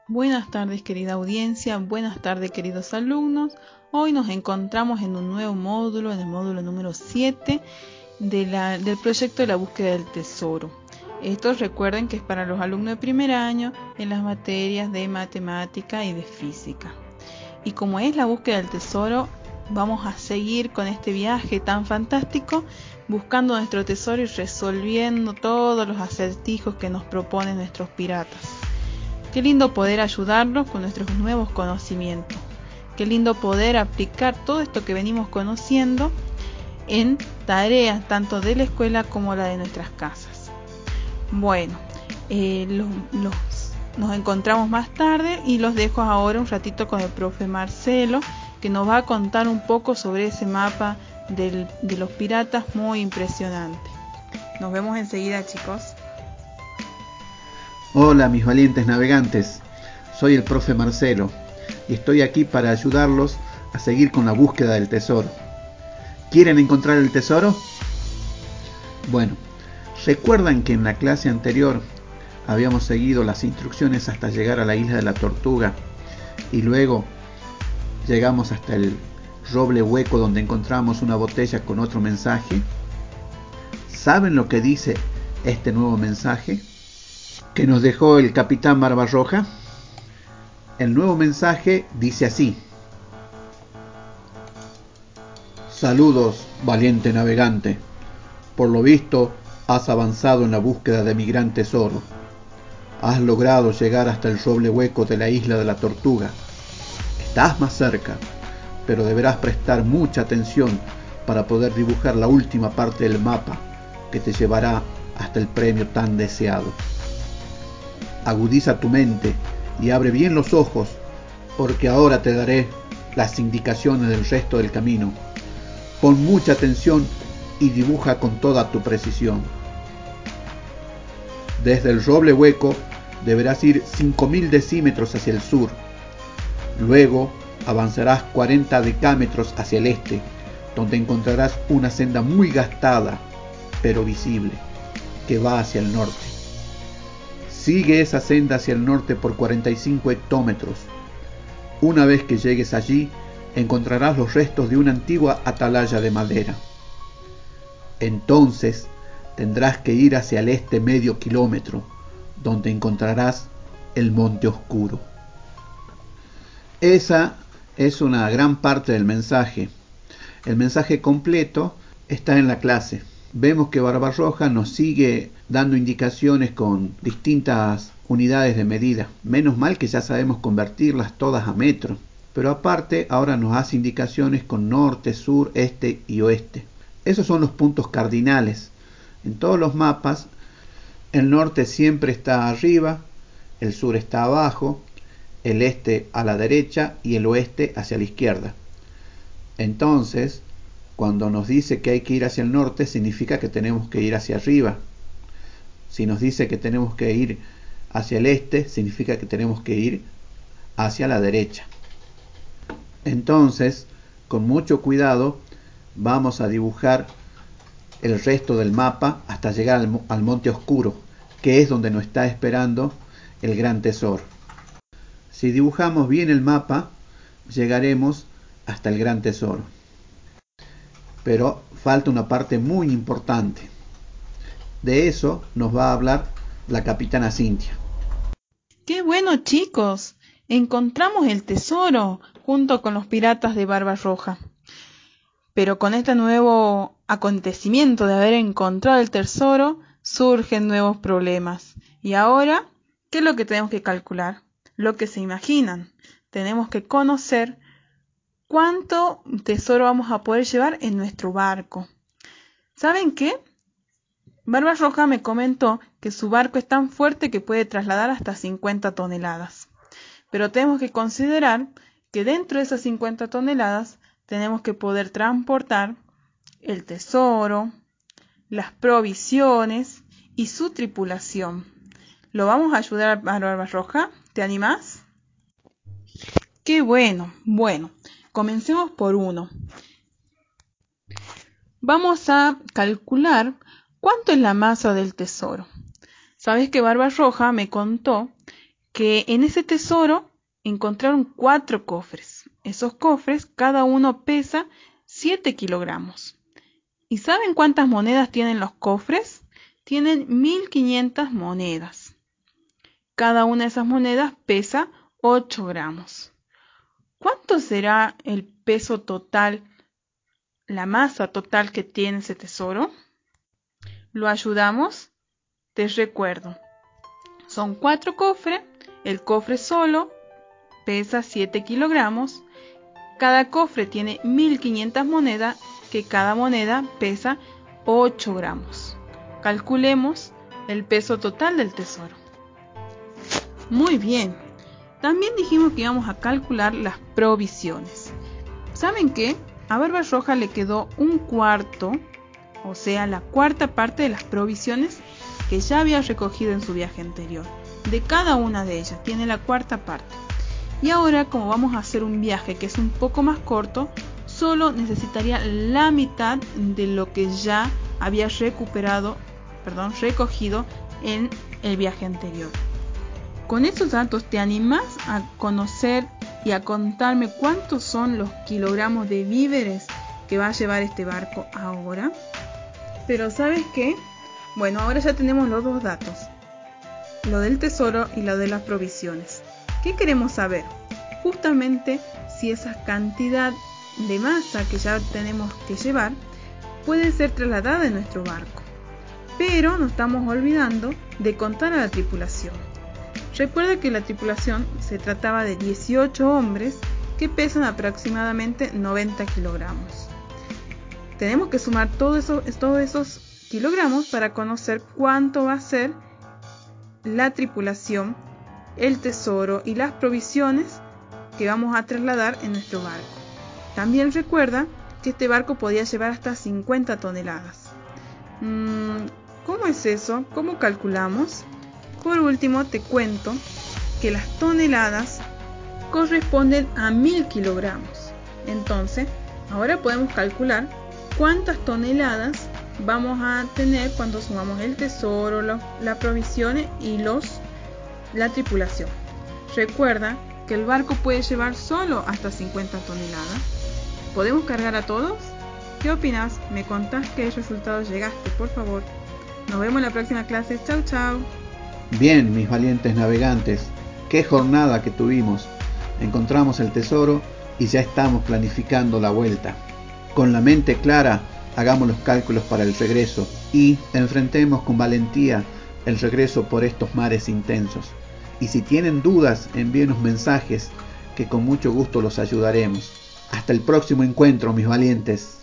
Buenas tardes, querida audiencia, buenas tardes, queridos alumnos. Hoy nos encontramos en un nuevo módulo, en el módulo número 7 del proyecto de la búsqueda del tesoro. Esto recuerden que es para los alumnos de primer año en las materias de matemática y de física. Y como es la búsqueda del tesoro, vamos a seguir con este viaje tan fantástico, buscando nuestro tesoro y resolviendo todos los acertijos que nos proponen nuestros piratas. Qué lindo poder ayudarlos con nuestros nuevos conocimientos. Qué lindo poder aplicar todo esto que venimos conociendo en tareas tanto de la escuela como la de nuestras casas. Bueno, nos encontramos más tarde y los dejo ahora un ratito con el profe Marcelo, que nos va a contar un poco sobre ese mapa de los piratas muy impresionante. Nos vemos enseguida, chicos. Hola mis valientes navegantes, soy el profe Marcelo y estoy aquí para ayudarlos a seguir con la búsqueda del tesoro. ¿Quieren encontrar el tesoro? Bueno, ¿recuerdan que en la clase anterior habíamos seguido las instrucciones hasta llegar a la isla de la Tortuga y luego llegamos hasta el roble hueco donde encontramos una botella con otro mensaje? ¿Saben lo que dice este nuevo mensaje que nos dejó el capitán Barbarroja? El nuevo mensaje dice así: Saludos, valiente navegante. Por lo visto, has avanzado en la búsqueda de mi gran tesoro. Has logrado llegar hasta el roble hueco de la isla de la Tortuga. Estás más cerca, pero deberás prestar mucha atención para poder dibujar la última parte del mapa que te llevará hasta el premio tan deseado. Agudiza tu mente y abre bien los ojos, porque ahora te daré las indicaciones del resto del camino. Pon mucha atención y dibuja con toda tu precisión. Desde el roble hueco deberás ir 5000 decímetros hacia el sur. Luego avanzarás 40 decámetros hacia el este, donde encontrarás una senda muy gastada, pero visible, que va hacia el norte. Sigue esa senda hacia el norte por 45 hectómetros. Una vez que llegues allí, encontrarás los restos de una antigua atalaya de madera. Entonces tendrás que ir hacia el este medio kilómetro, donde encontrarás el Monte Oscuro. Esa es una gran parte del mensaje. El mensaje completo está en la clase. Vemos que Barbarroja nos sigue dando indicaciones con distintas unidades de medida. Menos mal que ya sabemos convertirlas todas a metro. Pero aparte ahora nos hace indicaciones con norte, sur, este y oeste. Esos son los puntos cardinales. En todos los mapas, el norte siempre está arriba, el sur está abajo, el este a la derecha y el oeste hacia la izquierda. Entonces, cuando nos dice que hay que ir hacia el norte, significa que tenemos que ir hacia arriba. Si nos dice que tenemos que ir hacia el este, significa que tenemos que ir hacia la derecha. Entonces, con mucho cuidado, vamos a dibujar el resto del mapa hasta llegar al Monte Oscuro, que es donde nos está esperando el gran tesoro. Si dibujamos bien el mapa, llegaremos hasta el gran tesoro. Pero falta una parte muy importante. De eso nos va a hablar la capitana Cintia. ¡Qué bueno, chicos! Encontramos el tesoro junto con los piratas de Barbarroja. Pero con este nuevo acontecimiento de haber encontrado el tesoro, surgen nuevos problemas. Y ahora, ¿qué es lo que tenemos que calcular? Lo que se imaginan. Tenemos que conocer cuánto tesoro vamos a poder llevar en nuestro barco. ¿Saben qué? Barbarroja me comentó que su barco es tan fuerte que puede trasladar hasta 50 toneladas. Pero tenemos que considerar que dentro de esas 50 toneladas tenemos que poder transportar el tesoro, las provisiones y su tripulación. ¿Lo vamos a ayudar a Barbarroja? ¿Te animás? ¡Qué bueno! Bueno, comencemos por 1. Vamos a calcular cuánto es la masa del tesoro. Sabes que Barbarroja me contó que en ese tesoro encontraron 4 cofres. Esos cofres, cada uno pesa 7 kilogramos. ¿Y saben cuántas monedas tienen los cofres? Tienen 1500 monedas. Cada una de esas monedas pesa 8 gramos. ¿Cuánto será el peso total, la masa total que tiene ese tesoro? ¿Lo ayudamos? Te recuerdo. Son 4 cofres. El cofre solo pesa 7 kilogramos. Cada cofre tiene 1500 monedas, que cada moneda pesa 8 gramos. Calculemos el peso total del tesoro. Muy bien. También dijimos que íbamos a calcular las provisiones. ¿Saben qué? A Barbarroja le quedó un cuarto, o sea, la cuarta parte de las provisiones que ya había recogido en su viaje anterior. De cada una de ellas, tiene la cuarta parte. Y ahora, como vamos a hacer un viaje que es un poco más corto, solo necesitaría la mitad de lo que ya había recogido en el viaje anterior. Con estos datos, ¿te animás a conocer y a contarme cuántos son los kilogramos de víveres que va a llevar este barco ahora? Pero ¿sabes qué? Bueno, ahora ya tenemos los dos datos, lo del tesoro y lo de las provisiones. ¿Qué queremos saber? Justamente si esa cantidad de masa que ya tenemos que llevar puede ser trasladada en nuestro barco. Pero nos estamos olvidando de contar a la tripulación. Recuerda que la tripulación se trataba de 18 hombres que pesan aproximadamente 90 kilogramos. Tenemos que sumar todos esos kilogramos para conocer cuánto va a ser la tripulación, el tesoro y las provisiones que vamos a trasladar en nuestro barco. También recuerda que este barco podía llevar hasta 50 toneladas. ¿Cómo es eso? ¿Cómo calculamos? Por último, te cuento que las toneladas corresponden a 1000 kilogramos. Entonces, ahora podemos calcular cuántas toneladas vamos a tener cuando sumamos el tesoro, las provisiones y la tripulación. Recuerda que el barco puede llevar solo hasta 50 toneladas. ¿Podemos cargar a todos? ¿Qué opinas? ¿Me contás qué resultados llegaste, por favor? Nos vemos en la próxima clase. Chau, chau. Bien, mis valientes navegantes, qué jornada que tuvimos. Encontramos el tesoro y ya estamos planificando la vuelta. Con la mente clara, hagamos los cálculos para el regreso y enfrentemos con valentía el regreso por estos mares intensos. Y si tienen dudas, envíenos mensajes que con mucho gusto los ayudaremos. Hasta el próximo encuentro, mis valientes.